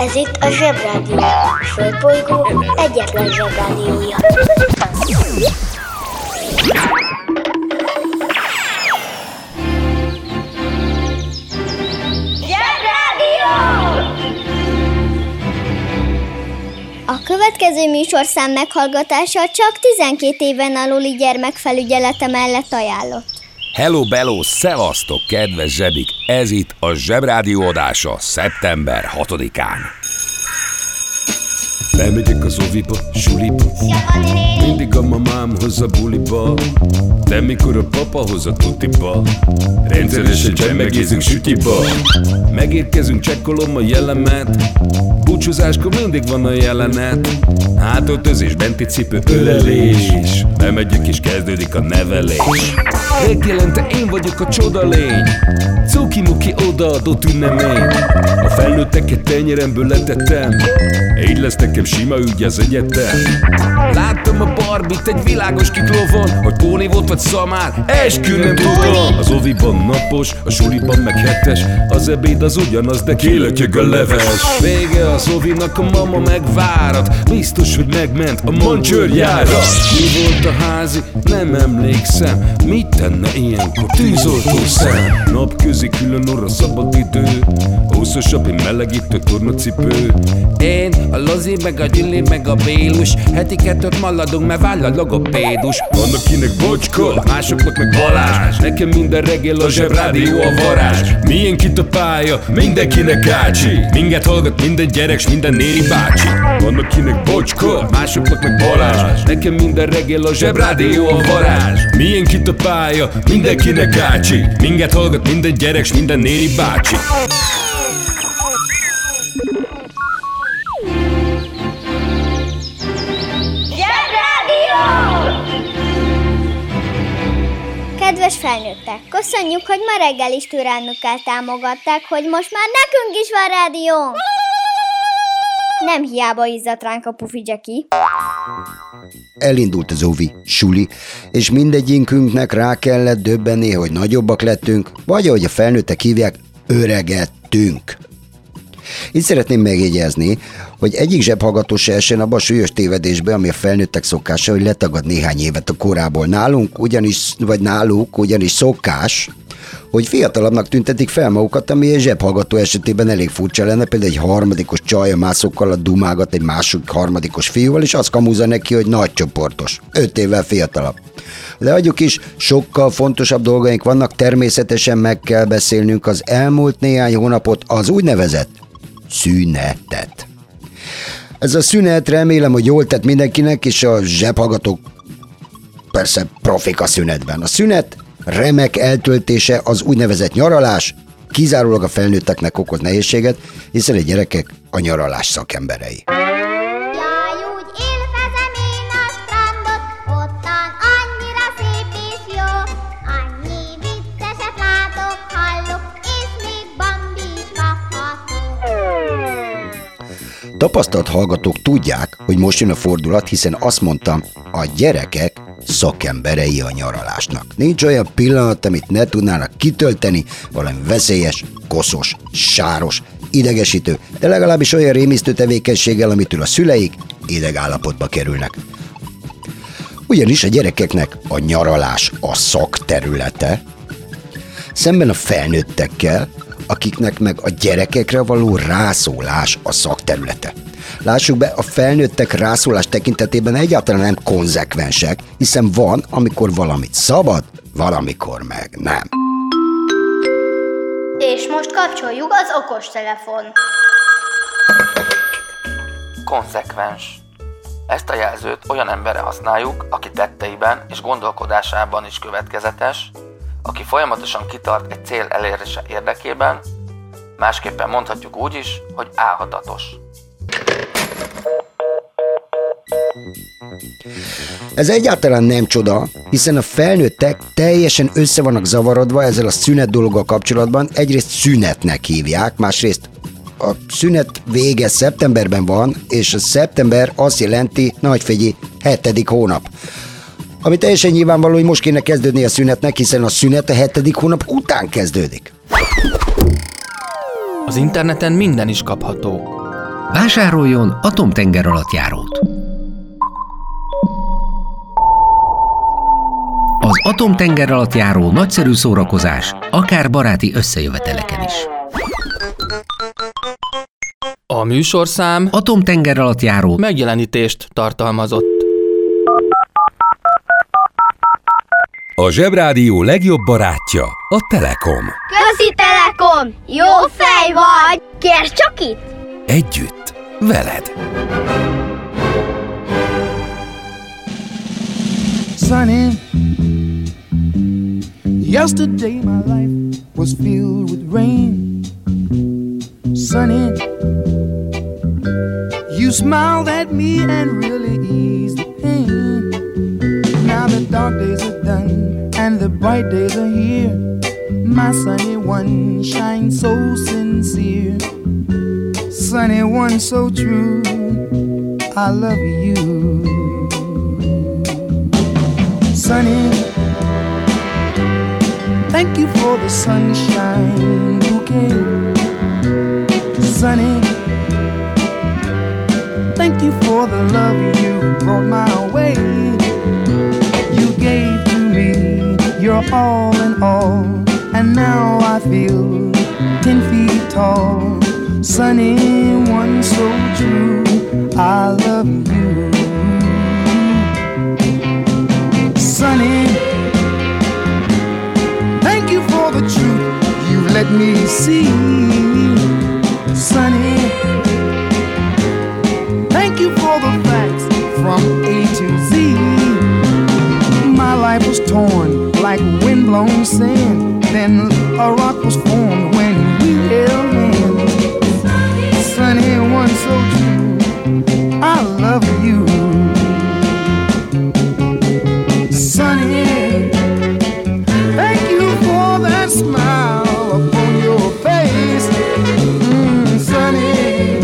Ez itt a Zsebrádió, a Földbolygó egyetlen Zsebrádiója. Zsebrádió! A következő műsorszám meghallgatása csak 12 éven aluli gyermek felügyelete mellett ajánlott. Hello, bello, szevasztok, kedves zsebik! Ez itt a Zsebrádió adása szeptember 6-án. Bemegyek az oviba, suliba, mindig a mamám hoz a buliba, de mikor a papa hoz a tutiba, rendszeresen csemmegézünk sütiba. Megérkezünk, csekkolom a jellemet, búcsúzáskor mindig van a jelenet, hátöltözés, benti cipő, ölelés, bemegyek és kezdődik a nevelés. Megjelente én vagyok a csodalény, cuki-muki odaadott ünnemény, a felnőtteket tenyeremből letettem, így lesz nekem sima ügy az egyetem. Láttam a Barbit egy világos kiklovon, hogy Póni volt vagy szamár, eskü nem tudom. Az oviban napos, a suliban meg hetes, az ebéd az ugyanaz, de kilötyög a leves. Vége az ovinak, a mama megvárat, biztos, hogy megment a mancsőrjára. Mi volt a házi? Nem emlékszem, mit tenne ilyenkor tűzoltó szem? Napközi külön orra szabad idő, húszosabb, én melegítő tornacipő. Én, a Lozi, meg a Gyüli, meg a Bélus, heti kettőt maladunk, mert váll a logopédus. Van akinek Bocska, másoknak meg Balázs, nekem minden reggel a Zsebrádió a varázs. Miénk itt a pálya, mindenkinek ácsi, minket hallgat minden gyerek, s minden néri bácsi. Van akinek Bocska, másoknak meg Balázs, nekem minden reggel a Zsebrádió a varázs. Miénk itt a pálya, mindenkinek ácsi, minket hallgat minden gyerek, s minden néri bácsi. Kedves felnőttek, köszönjük, hogy ma reggel is türelmükkel támogatták, hogy most már nekünk is van rádiónk! Nem hiába izzadt ránk a pufi Jackie. Elindult az ovi, suli, és mindegyikünknek rá kellett döbbenni, hogy nagyobbak lettünk, vagy ahogy a felnőttek hívják, öregettünk. Itt szeretném megjegyezni, hogy egyik zsebhallgató se essen abba a súlyos tévedésbe, ami a felnőttek szokása, hogy letagad néhány évet a korából. Náluk ugyanis szokás, hogy fiatalabbnak tüntetik fel magukat, ami egy zsebhallgató esetében elég furcsa lenne, például egy harmadikos csaj a mászokkal a dumágat egy másik harmadikos fiúval, és azt kamúzza neki, hogy nagycsoportos, 5 évvel fiatalabb. De hagyjuk is, sokkal fontosabb dolgaink vannak, természetesen meg kell beszélnünk az elmúlt néhány hónapot, az úgynevezett szünetet. Ez a szünet, remélem, hogy jól tett mindenkinek, és a zsebhallgatók persze profik a szünetben. A szünet remek eltöltése, az úgynevezett nyaralás, kizárólag a felnőtteknek okoz nehézséget, hiszen a gyerekek a nyaralás szakemberei. Jaj, úgy élvezem én a strandot, ottan annyira szép és jó, annyi vicceset látok, hallok, és még Bambi is kapható. Tapasztalt hallgatók tudják, hogy most jön a fordulat, hiszen azt mondtam, a gyerekek szakemberei a nyaralásnak. Nincs olyan pillanat, amit ne tudnának kitölteni valami veszélyes, koszos, sáros, idegesítő, de legalábbis olyan rémisztő tevékenységgel, amitől a szüleik idegállapotba kerülnek. Ugyanis a gyerekeknek a nyaralás a szakterülete, szemben a felnőttekkel, akiknek meg a gyerekekre való rászólás a szakterülete. Lássuk be, a felnőttek rászólás tekintetében egyáltalán nem konzekvensek, hiszen van, amikor valamit szabad, valamikor meg nem. És most kapcsoljuk az okostelefon. Konzekvens. Ezt a jelzőt olyan emberre használjuk, aki tetteiben és gondolkodásában is következetes, aki folyamatosan kitart egy cél elérése érdekében, másképpen mondhatjuk úgy is, hogy álhatatos. Ez egyáltalán nem csoda, hiszen a felnőttek teljesen össze vannak zavarodva ezzel a szünet dologgal kapcsolatban. Egyrészt szünetnek hívják, másrészt a szünet vége szeptemberben van, és a szeptember azt jelenti, nagyfigyi, 7. hónap. Ami teljesen nyilvánvaló, hogy most kéne kezdődni a szünetnek, hiszen a szünet a 7. hónap után kezdődik. Az interneten minden is kapható. Vásároljon atomtengeralattjárót! Az atomtengeralattjáró nagyszerű szórakozás, akár baráti összejöveteleken is. A műsorszám Atomtengeralattjáró megjelenítést tartalmazott. A Zsebrádió legjobb barátja a Telekom. Közi Telekom! Jó fej vagy! Kérd csak itt! Együtt, veled. Sunny, yesterday my life was filled with rain. Sunny, you smiled at me and really eased the pain. Now the dark days are done and the bright days are here. My sunny one shines so sincere. Sunny one so true, I love you. Sunny, thank you for the sunshine bouquet. Sunny, thank you for the love you brought my way. You gave to me your all in all, and now I feel 10 feet tall. Sunny, one so true, I love you. Sunny, thank you for the truth you let me see. Sunny, thank you for the facts from A to Z. My life was torn like windblown sand, then a rock was formed when we held hands. Sunny, one so true, I love you. Sunny, thank you for that smile upon your face. Sunny,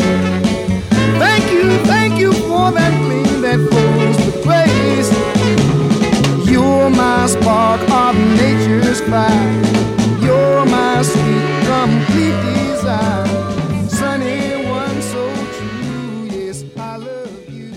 thank you for that gleam that flows with grace. You're my spark of nature's fire. You're my sweet, complete desire. Sunny, one so true, yes, I love you.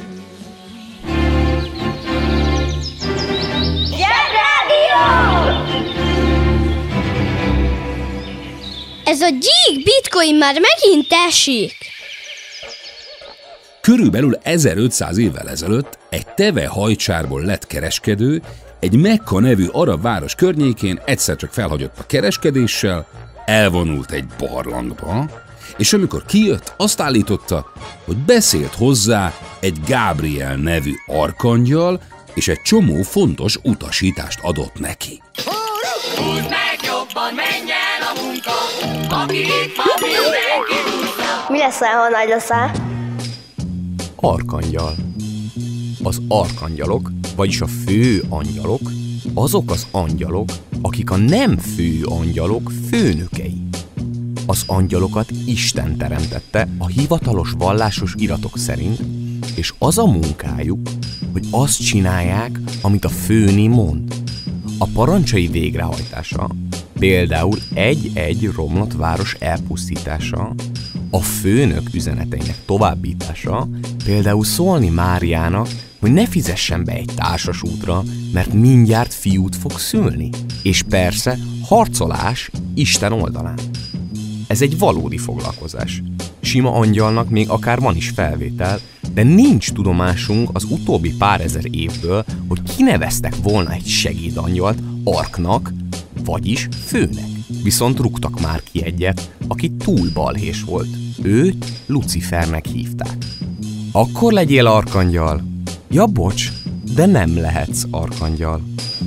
Ez a gyík bitcoin már megint esik. Körülbelül 1500 évvel ezelőtt egy tevehajcsárból lett kereskedő, egy Mekka nevű arab város környékén egyszer csak felhagyott a kereskedéssel, elvonult egy barlangba, és amikor kijött, azt állította, hogy beszélt hozzá egy Gábriel nevű arkangyal, és egy csomó fontos utasítást adott neki. Húzd meg jobban, menj el a munka, aki itt van, mindenki húzza. Mi leszel, ha nagy leszel? Arkangyal. Az arkangyalok, vagyis a fő angyalok, azok az angyalok, akik a nem fő angyalok főnökei. Az angyalokat Isten teremtette a hivatalos vallásos iratok szerint, és az a munkájuk, hogy azt csinálják, amit a főni mond. A parancsai végrehajtása, például egy-egy romlott város elpusztítása, a főnök üzeneteinek továbbítása, például szólni Máriának, hogy ne fizessen be egy társas útra, mert mindjárt fiút fog szülni. És persze harcolás Isten oldalán. Ez egy valódi foglalkozás. Sima angyalnak még akár van is felvétel, de nincs tudomásunk az utóbbi pár ezer évből, hogy kineveztek volna egy segédangyalt Arknak, vagyis főnek. Viszont rúgtak már ki egyet, aki túl balhés volt. Őt Lucifernek hívták. Akkor legyél arkangyal. Ja, bocs, de nem lehetsz arkangyal.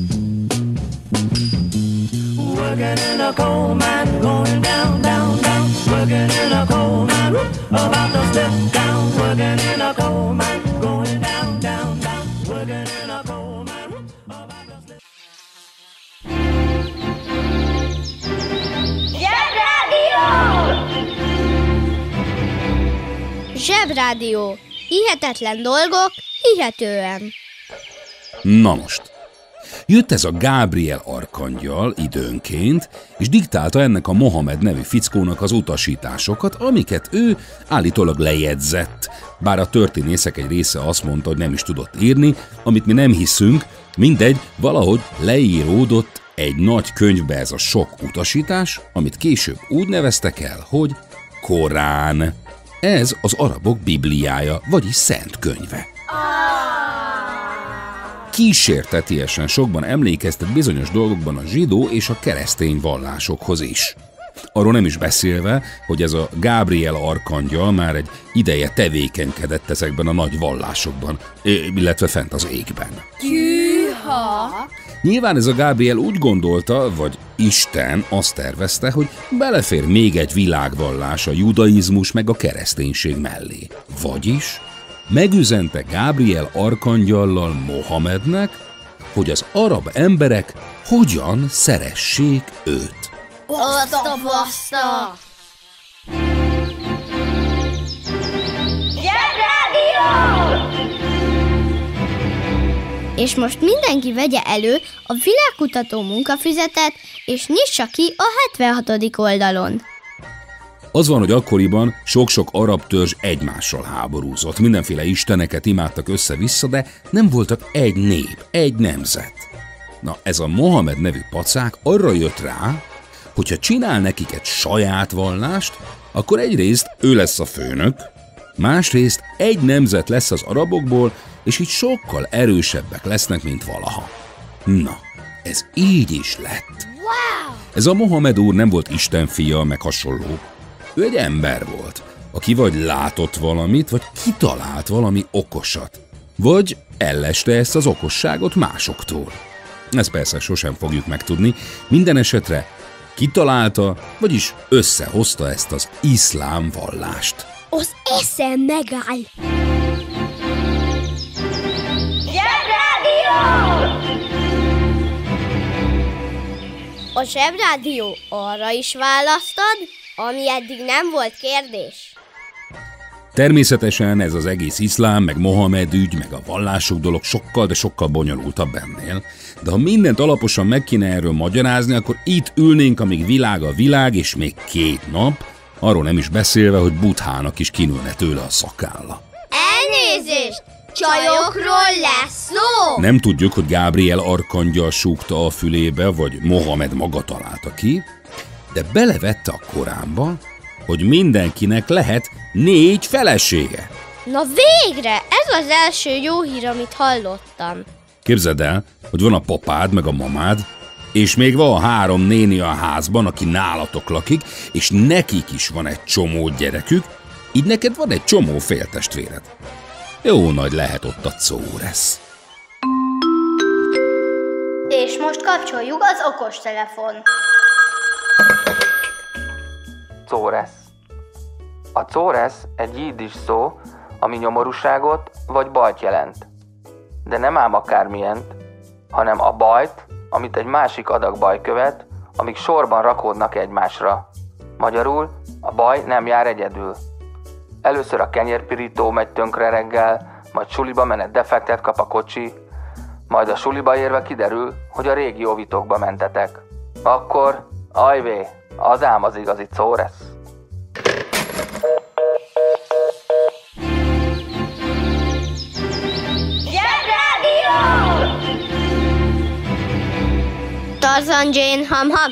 Working in a coal mine, going down, down, down. Working in a coal mine, about to step down. Working in a coal mine, going down, down, down. Working in a coal mine, about to step. Zsebrádió. Hihetetlen dolgok, hihetően. Na most, Jött ez a Gábriel arkangyal időnként, és diktálta ennek a Mohamed nevű fickónak az utasításokat, amiket ő állítólag lejegyzett, bár a történészek egy része azt mondta, hogy nem is tudott írni, amit mi nem hiszünk, mindegy, valahogy leíródott egy nagy könyvbe ez a sok utasítás, amit később úgy neveztek el, hogy Korán. Ez az arabok bibliája, vagyis szent könyve. Kísértetiesen sokban emlékeztet bizonyos dolgokban a zsidó és a keresztény vallásokhoz is. Arról nem is beszélve, hogy ez a Gábriel arkangyal már egy ideje tevékenykedett ezekben a nagy vallásokban, illetve fent az égben. Tűha! Nyilván ez a Gábriel úgy gondolta, vagy Isten azt tervezte, hogy belefér még egy világvallás a judaizmus meg a kereszténység mellé. Vagyis megüzente Gábriel arkangyallal Mohamednek, hogy az arab emberek hogyan szeressék őt. Baszta! És most mindenki vegye elő a világkutató munkafüzetet, és nyissa ki a 76. oldalon. Az van, hogy akkoriban sok-sok arab törzs egymással háborúzott. Mindenféle isteneket imádtak össze-vissza, de nem voltak egy nép, egy nemzet. Na, ez a Mohamed nevű pacák arra jött rá, hogyha csinál nekik egy saját vallást, akkor egyrészt ő lesz a főnök, másrészt egy nemzet lesz az arabokból, és így sokkal erősebbek lesznek, mint valaha. Na, ez így is lett. Wow! Ez a Mohamed úr nem volt Isten fia, meg hasonló. Ő egy ember volt, aki vagy látott valamit, vagy kitalált valami okosat, vagy elleste ezt az okosságot másoktól. Ezt persze sosem fogjuk megtudni, minden esetre kitalálta, vagyis összehozta ezt az iszlám vallást. Az eszem megáll! A Zsebrádió arra is választad, ami eddig nem volt kérdés. Természetesen ez az egész iszlám, meg Mohamed ügy, meg a vallások dolog sokkal, de sokkal bonyolultabb ennél. De ha mindent alaposan meg kéne erről magyarázni, akkor itt ülnénk, amíg világ a világ, és még 2 nap, arról nem is beszélve, hogy Buddhának is kinőne tőle a szakálla. Elnézést! Csajokról lesz szó! Nem tudjuk, hogy Gábriel arkangyal súgta a fülébe, vagy Mohamed maga találta ki, de belevette a Koránba, hogy mindenkinek lehet 4 felesége. Na végre! Ez az első jó hír, amit hallottam. Képzeld el, hogy van a papád meg a mamád, és még van 3 néni a házban, aki nálatok lakik, és nekik is van egy csomó gyerekük, így neked van egy csomó féltestvéred. Jó nagy lehet ott a Córesz. És most kapcsoljuk az okostelefon. Córesz. A córesz egy jiddis szó, ami nyomorúságot vagy bajt jelent. De nem ám akármilyent, hanem a bajt, amit egy másik adag baj követ, amíg sorban rakódnak egymásra. Magyarul a baj nem jár egyedül. Először a kenyérpirító megy tönkre reggel, majd suliba menet defektet kap a kocsi, majd a suliba érve kiderül, hogy a régi óvitokba mentetek. Akkor, ajvé, az ám az igazi córesz. Tarzan Jane ham-ham.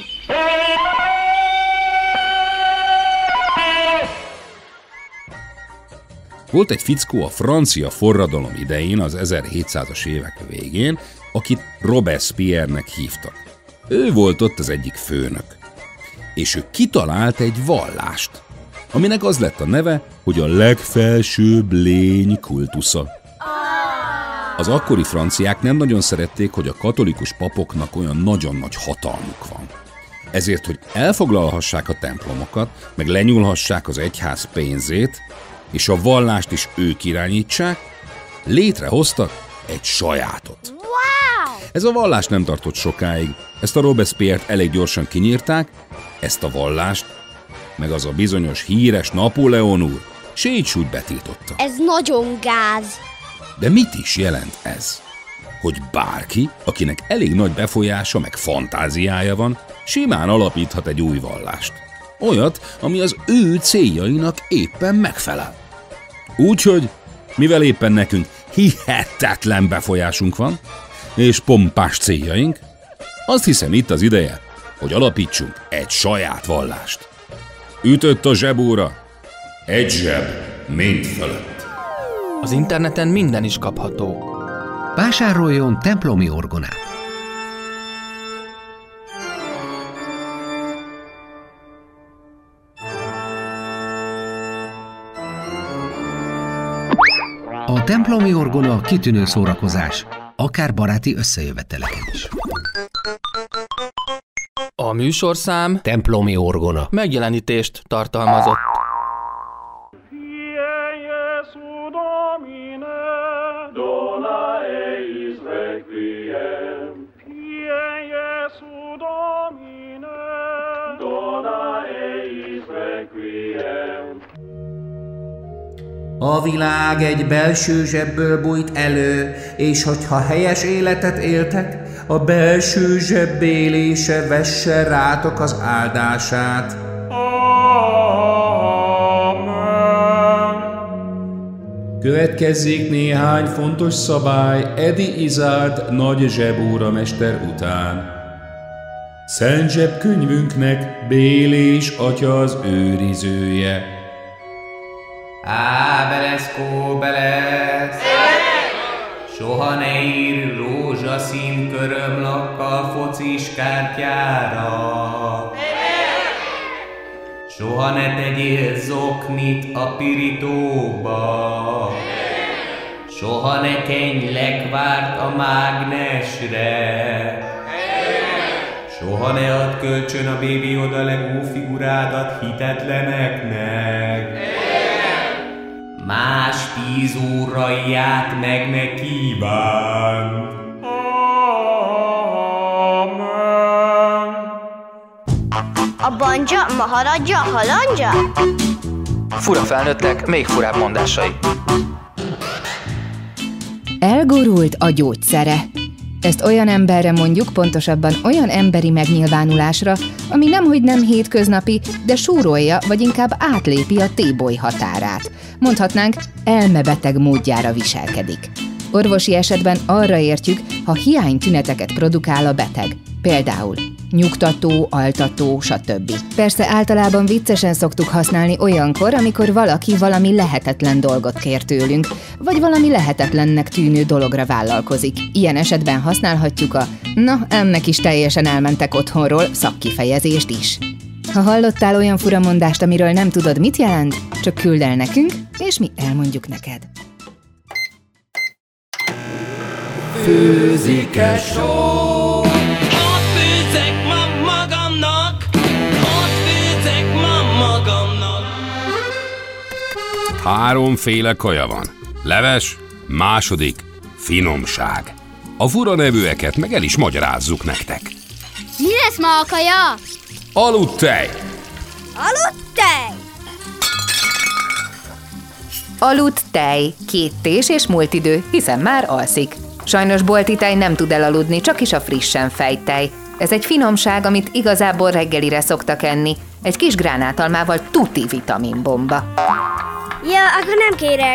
Volt egy fickó a francia forradalom idején, az 1700-as évek végén, akit Robespierre-nek hívtak. Ő volt ott az egyik főnök. És ő kitalált egy vallást, aminek az lett a neve, hogy a legfelsőbb lény kultusza. Az akkori franciák nem nagyon szerették, hogy a katolikus papoknak olyan nagyon nagy hatalmuk van. Ezért, hogy elfoglalhassák a templomokat, meg lenyúlhassák az egyház pénzét, és a vallást is ők irányítsák, létrehoztak egy sajátot. Wow! Ez a vallás nem tartott sokáig. Ezt a Robespierre-t elég gyorsan kinyírták, ezt a vallást, meg az a bizonyos híres Napóleon úr ségy-súgy betiltotta. Ez nagyon gáz. De mit is jelent ez? hogy bárki, akinek elég nagy befolyása meg fantáziája van, simán alapíthat egy új vallást. Olyat, ami az ő céljainak éppen megfelel. Úgyhogy, mivel éppen nekünk hihetetlen befolyásunk van, és pompás céljaink, azt hiszem itt az ideje, hogy alapítsunk egy saját vallást. Ütött a zsebóra, egy zseb mind fölött. Az interneten minden is kapható. Vásároljon templomi orgonát. A templomi orgona kitűnő szórakozás, akár baráti összejöveteleken is. A műsorszám Templomi orgona. megjelenítést tartalmazott. A világ egy belső zsebből bújt elő, és hogyha helyes életet éltek, a belső zseb élése vesse rátok az áldását. Következzék néhány fontos szabály Edi Izzard nagy zsebóramester után. Szent zsebkönyvünknek Bélés atya az őrizője. Beleszkó, belesz! Soha ne ír rózsaszín körömlakkal focis kártyára. Soha ne tegyél zoknit a pirítóba. Soha ne kenj lekvárt a mágnesre. Soha ne add kölcsön a Baby Yoda Lego figurádat hitetleneknek. Más 10 óráját meg ne kíván. A banja, maharadja, halandja? Fura felnőttek, még furább mondásai. Elgurult a gyógyszere. Ezt olyan emberre mondjuk, pontosabban olyan emberi megnyilvánulásra, ami nemhogy nem hétköznapi, de súrolja, vagy inkább átlépi a téboly határát. Mondhatnánk, elmebeteg módjára viselkedik. Orvosi esetben arra értjük, ha hiánytüneteket produkál a beteg. Például nyugtató, altató, stb. Persze általában viccesen szoktuk használni olyankor, amikor valaki valami lehetetlen dolgot kér tőlünk, vagy valami lehetetlennek tűnő dologra vállalkozik. Ilyen esetben használhatjuk a "na, ennek is teljesen elmentek otthonról" szakkifejezést is. Ha hallottál olyan furamondást, amiről nem tudod, mit jelent, csak küldd el nekünk, és mi elmondjuk neked. Főzik-e só? Háromféle kaja van. Leves, második, finomság. A fura nevűeket meg el is magyarázzuk nektek. Mi lesz ma a kaja? Aludtej! Aludtej! Aludt tej, 2 tés és múlt idő, hiszen már alszik. Sajnos bolti tej nem tud elaludni, csak is a frissen fejt tej. Ez egy finomság, amit igazából reggelire szoktak enni. Egy kis gránátalmával tuti vitaminbomba. Ja, akkor nem kérek.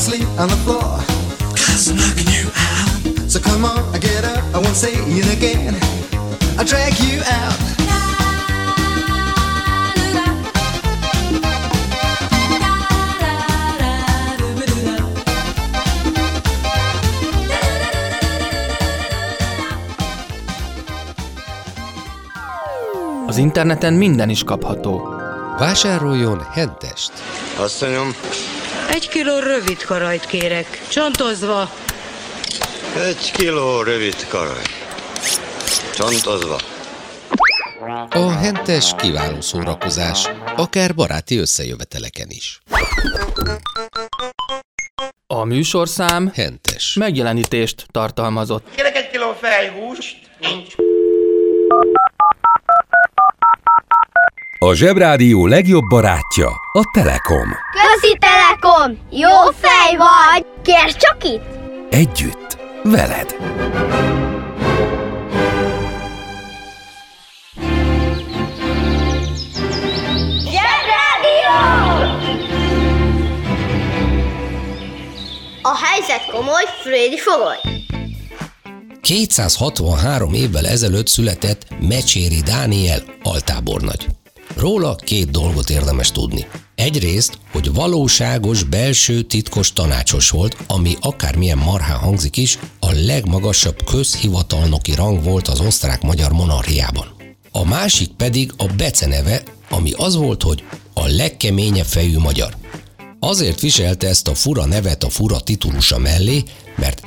asleep on the floor, 'cause I'm knocking you out. So come on, I get up, I won't say it again, I'll drag you out. Az interneten minden is kapható. Vásároljon Hentest. Asszonyom. 1 kiló rövid karajt kérek, csontozva. 1 kiló rövid karaj. Csontozva. A Hentes kiváló szórakozás, akár baráti összejöveteleken is. A műsorszám Hentes megjelenítést tartalmazott. Kérek 1 kiló fejhúst. Nincs. A Zsebrádió legjobb barátja a Telekom. Közi Telekom! Jó fej vagy! Kérd csak itt! Együtt, veled! Zsebrádió! A helyzet komoly, Frédi fogoly! 263 évvel ezelőtt született Mecséri Dániel altábornagy. Róla 2 dolgot érdemes tudni. Egyrészt, hogy valóságos belső titkos tanácsos volt, ami akármilyen marhán hangzik is, a legmagasabb közhivatalnoki rang volt az osztrák-magyar monarchiában. A másik pedig a beceneve, ami az volt, hogy a legkeményebb fejű magyar. Azért viselte ezt a fura nevet a fura titulusa mellé, mert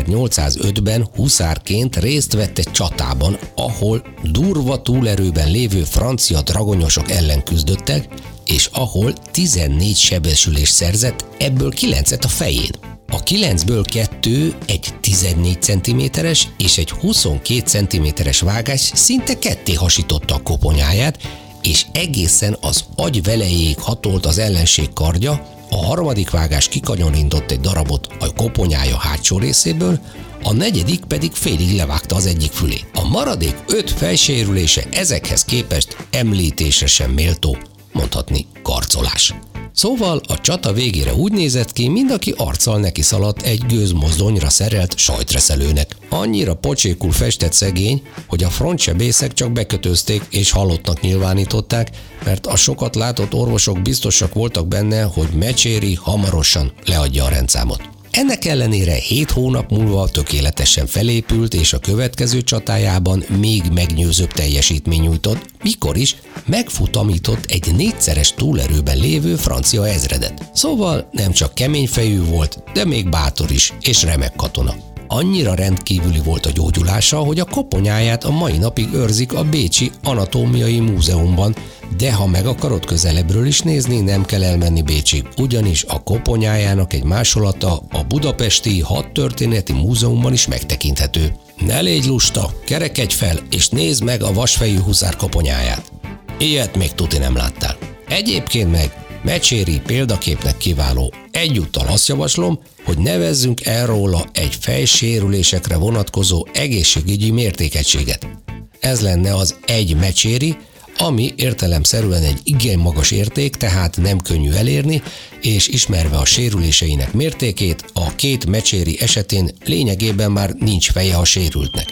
1805-ben huszárként részt vett egy csatában, ahol durva túlerőben lévő francia dragonyosok ellen küzdöttek, és ahol 14 sebesülést szerzett, ebből 9-et a fején. A 9-ből 2 egy 14 cm-es és egy 22 cm-es vágás szinte ketté hasította a koponyáját, és egészen az agy velejéig hatolt az ellenség kardja. A harmadik vágás kikanyarított egy darabot a koponyája hátsó részéből, a negyedik pedig félig levágta az egyik fülét. A maradék 5 fejsérülése ezekhez képest említésre sem méltó, mondhatni karcolás. Szóval a csata végére úgy nézett ki, mint aki arccal neki szaladt egy gőzmozdonyra szerelt sajtreszelőnek. Annyira pocsékul festett szegény, hogy a frontsebészek csak bekötözték és halottnak nyilvánították, mert a sokat látott orvosok biztosak voltak benne, hogy Mecséri hamarosan leadja a rendszámot. Ennek ellenére 7 hónap múlva tökéletesen felépült, és a következő csatájában még meggyőzőbb teljesítmény nyújtott, mikor is megfutamított egy 4-szeres túlerőben lévő francia ezredet. Szóval nem csak keményfejű volt, de még bátor is, és remek katona. Annyira rendkívüli volt a gyógyulása, hogy a koponyáját a mai napig őrzik a Bécsi Anatómiai Múzeumban, de ha meg akarod közelebbről is nézni, nem kell elmenni Bécsig, ugyanis a koponyájának egy másolata a Budapesti Hadtörténeti Múzeumban is megtekinthető. Ne légy lusta, kerekedj fel, és nézd meg a vasfejű huszár koponyáját. Ilyet még tuti nem láttál. Egyébként meg Mecséri példaképnek kiváló. Egyúttal azt javaslom, hogy nevezzünk el róla egy fejsérülésekre vonatkozó egészségügyi mértékegységet. Ez lenne az 1 Mecséri, ami értelemszerűen egy igen magas érték, tehát nem könnyű elérni, és ismerve a sérüléseinek mértékét, a 2 Mecséri esetén lényegében már nincs feje a sérültnek.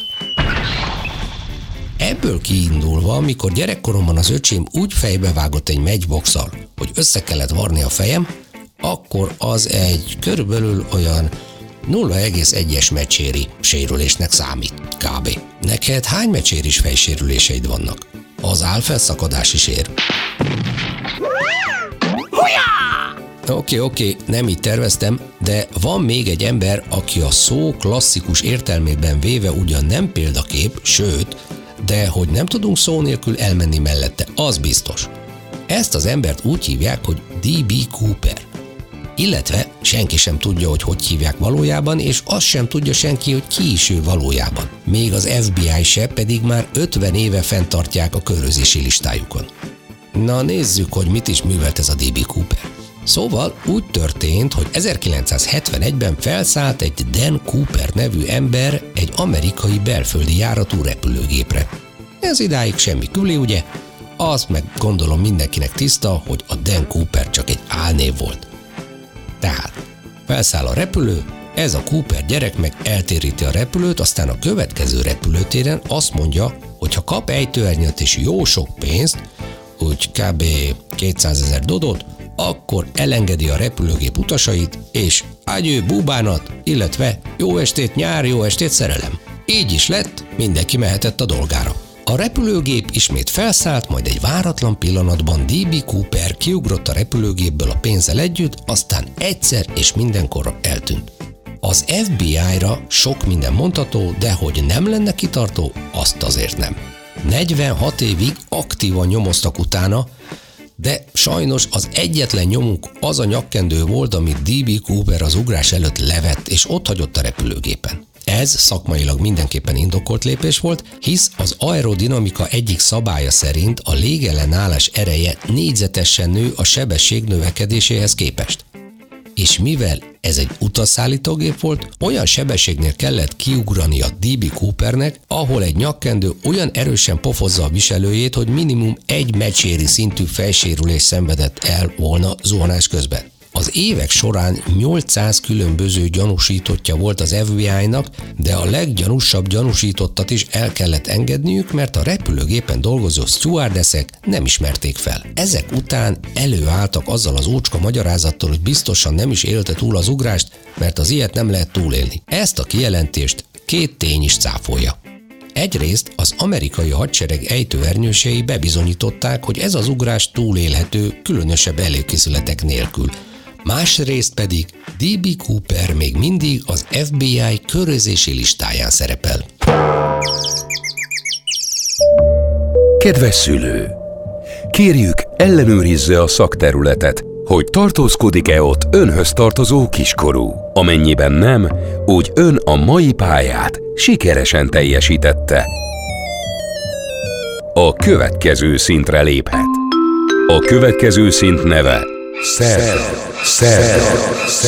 Ebből kiindulva, amikor gyerekkoromban az öcsém úgy fejbevágott egy matchbox-szal, hogy össze kellett varni a fejem, akkor az egy körülbelül olyan 0,1-es Mecséri sérülésnek számít, kb. Neked hány mecséris fejsérüléseid vannak? Az álfelszakadás is ér. Oké, nem így terveztem, de van még egy ember, aki a szó klasszikus értelmében véve ugyan nem példakép, sőt, de hogy nem tudunk szó nélkül elmenni mellette, az biztos. Ezt az embert úgy hívják, hogy D.B. Cooper. Illetve senki sem tudja, hogy hívják valójában, és azt sem tudja senki, hogy ki is ő valójában. Még az FBI se, pedig már 50 éve fenntartják a körözési listájukon. Na nézzük, hogy mit is művelt ez a D.B. Cooper. Szóval úgy történt, hogy 1971-ben felszállt egy Dan Cooper nevű ember egy amerikai belföldi járatú repülőgépre. Ez idáig semmi küli, ugye? Azt meg gondolom mindenkinek tiszta, hogy a Dan Cooper csak egy álnév volt. Tehát felszáll a repülő, ez a Cooper gyerek meg eltéríti a repülőt, aztán a következő repülőtéren azt mondja, hogy ha kap ejtőernyőt és jó sok pénzt, úgy kb. 200 000 dodot, akkor elengedi a repülőgép utasait, és ágyő búbánat, illetve jó estét nyár, jó estét szerelem. Így is lett, mindenki mehetett a dolgára. A repülőgép ismét felszállt, majd egy váratlan pillanatban D.B. Cooper kiugrott a repülőgépből a pénzzel együtt, aztán egyszer és mindenkorra eltűnt. Az FBI-ra sok minden mondható, de hogy nem lenne kitartó, azt azért nem. 46 évig aktívan nyomoztak utána, de sajnos az egyetlen nyomuk az a nyakkendő volt, amit D.B. Cooper az ugrás előtt levett és otthagyott a repülőgépen. Ez szakmailag mindenképpen indokolt lépés volt, hisz az aerodinamika egyik szabálya szerint a légellenállás ereje négyzetesen nő a sebesség növekedéséhez képest. És mivel ez egy utasszállítógép volt, olyan sebességnél kellett kiugrania D.B. Coopernek, ahol egy nyakkendő olyan erősen pofozza a viselőjét, hogy minimum egy mecséri szintű fejsérülés szenvedett el volna zuhanás közben. Az évek során 800 különböző gyanúsítottja volt az FBI-nak, de a leggyanúsabb gyanúsítottat is el kellett engedniük, mert a repülőgépen dolgozó stewardessek nem ismerték fel. Ezek után előálltak azzal az ócska magyarázattal, hogy biztosan nem is élte túl az ugrást, mert az ilyet nem lehet túlélni. Ezt a kijelentést két tény is cáfolja. Egyrészt az amerikai hadsereg ejtőernyősei bebizonyították, hogy ez az ugrás túlélhető, különösebb előkészületek nélkül. Másrészt pedig D.B. Cooper még mindig az FBI körözési listáján szerepel. Kedves szülő! Kérjük, ellenőrizze a szakterületet, hogy tartózkodik-e ott önhöz tartozó kiskorú. Amennyiben nem, úgy ön a mai pályát sikeresen teljesítette. A következő szintre léphet. A következő szint neve Szerda.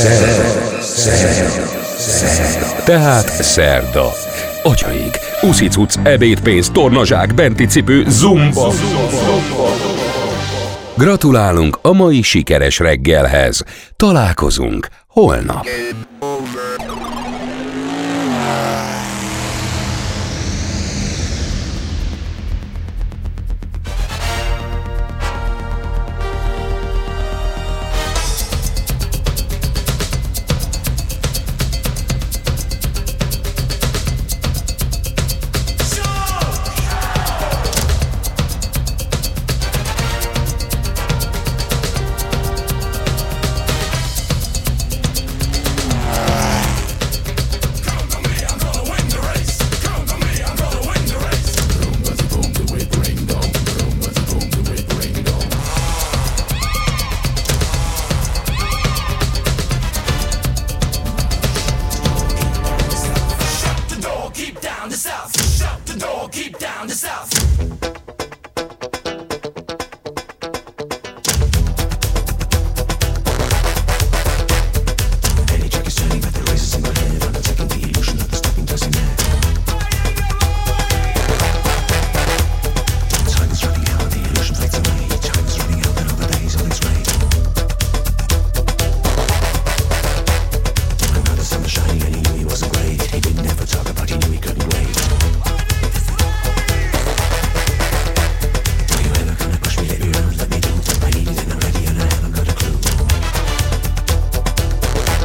Tehát szerda. Atyaik, uszicuc, ebédpénz, tornazsák, benti cipő, zumba. Gratulálunk a mai sikeres reggelhez. Találkozunk holnap.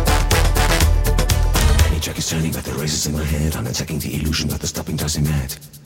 Turning, but the race is in my head. I'm attacking the illusion, but the stopping doesn't matter.